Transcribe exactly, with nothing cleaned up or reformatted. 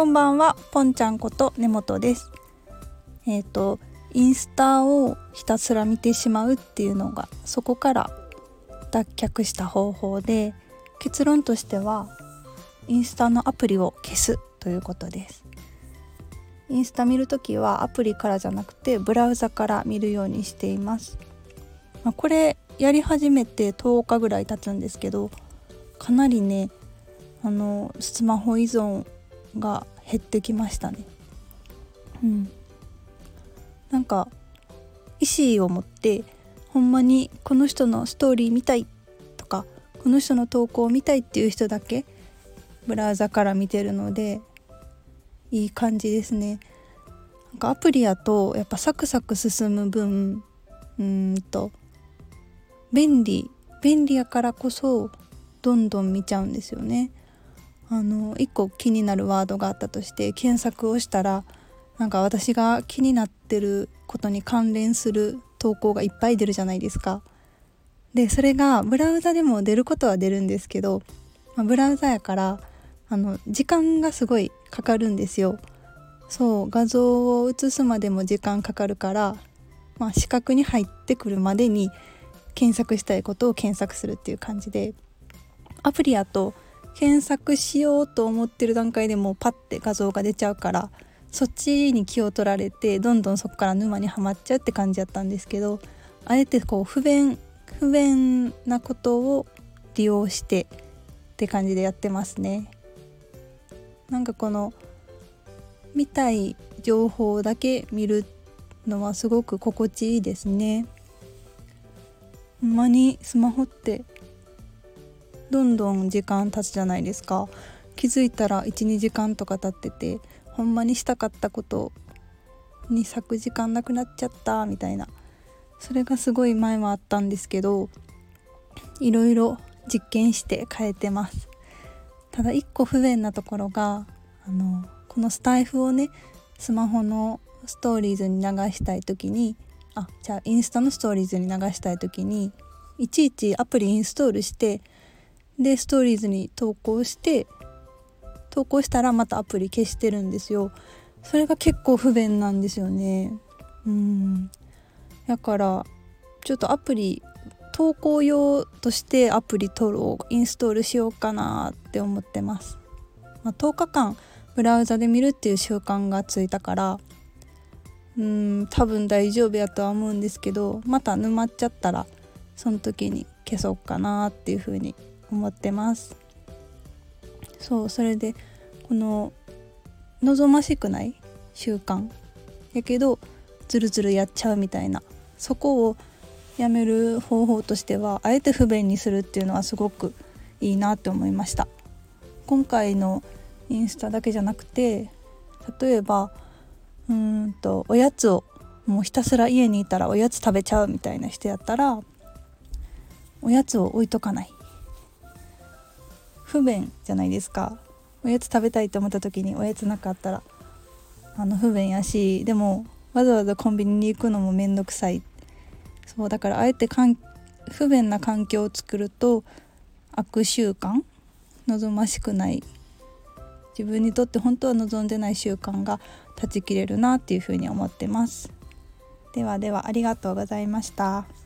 こんばんは、ぽんちゃんこと根本です。えっとインスタをひたすら見てしまうっていうのがそこから脱却した方法で、結論としてはインスタのアプリを消すということです。インスタ見るときはアプリからじゃなくてブラウザから見るようにしています。まあ、これやり始めてとおかぐらい経つんですけど、かなりねあのスマホ依存が減ってきましたね。うん、なんか意思を持ってほんまにこの人のストーリー見たいとかこの人の投稿を見たいっていう人だけブラウザから見てるのでいい感じですね。なんかアプリやとやっぱサクサク進む分うーんと便利便利やからこそどんどん見ちゃうんですよね。あの一個気になるワードがあったとして検索をしたら、なんか私が気になってることに関連する投稿がいっぱい出るじゃないですか。でそれがブラウザでも出ることは出るんですけど、まあ、ブラウザやからあの時間がすごいかかるんですよ。そう画像を映すまでも時間かかるから、まあ、視覚に入ってくるまでに検索したいことを検索するっていう感じで、アプリやと検索しようと思ってる段階でもうパッて画像が出ちゃうから、そっちに気を取られてどんどんそこから沼にはまっちゃうって感じだったんですけど、あえてこう不便不便なことを利用してって感じでやってますね。なんかこの見たい情報だけ見るのはすごく心地いいですね。ほんまにスマホってどんどん時間経つじゃないですか。気づいたら いちにじかんとか経ってて、ほんまにしたかったことに割く時間なくなっちゃったみたいな、それがすごい前はあったんですけど、いろいろ実験して変えてます。ただ一個不便なところが、あのこのスタイフをねスマホのストーリーズに流したいときにあじゃあインスタのストーリーズに流したいときにいちいちアプリインストールして、でストーリーズに投稿して投稿したらまたアプリ消してるんですよ。それが結構不便なんですよね。うんだからちょっとアプリ投稿用としてアプリ取ろうインストールしようかなって思ってます。まあ、とおかかんブラウザで見るっていう習慣がついたからうん多分大丈夫やとは思うんですけど、また沼っちゃったらその時に消そうかなっていう風に思ってます。そうそれでこの望ましくない習慣やけどずるずるやっちゃうみたいな、そこをやめる方法としてはあえて不便にするっていうのはすごくいいなって思いました。今回のインスタだけじゃなくて、例えばうーんとおやつをもうひたすら家にいたらおやつ食べちゃうみたいな人やったら、おやつを置いとかない、不便じゃないですか。おやつ食べたいと思った時におやつなかったらあの不便やし、でもわざわざコンビニに行くのもめんどくさい。そうだからあえてかん不便な環境を作ると悪習慣、望ましくない自分にとって本当は望んでない習慣が断ち切れるなっていうふうに思ってます。ではではありがとうございました。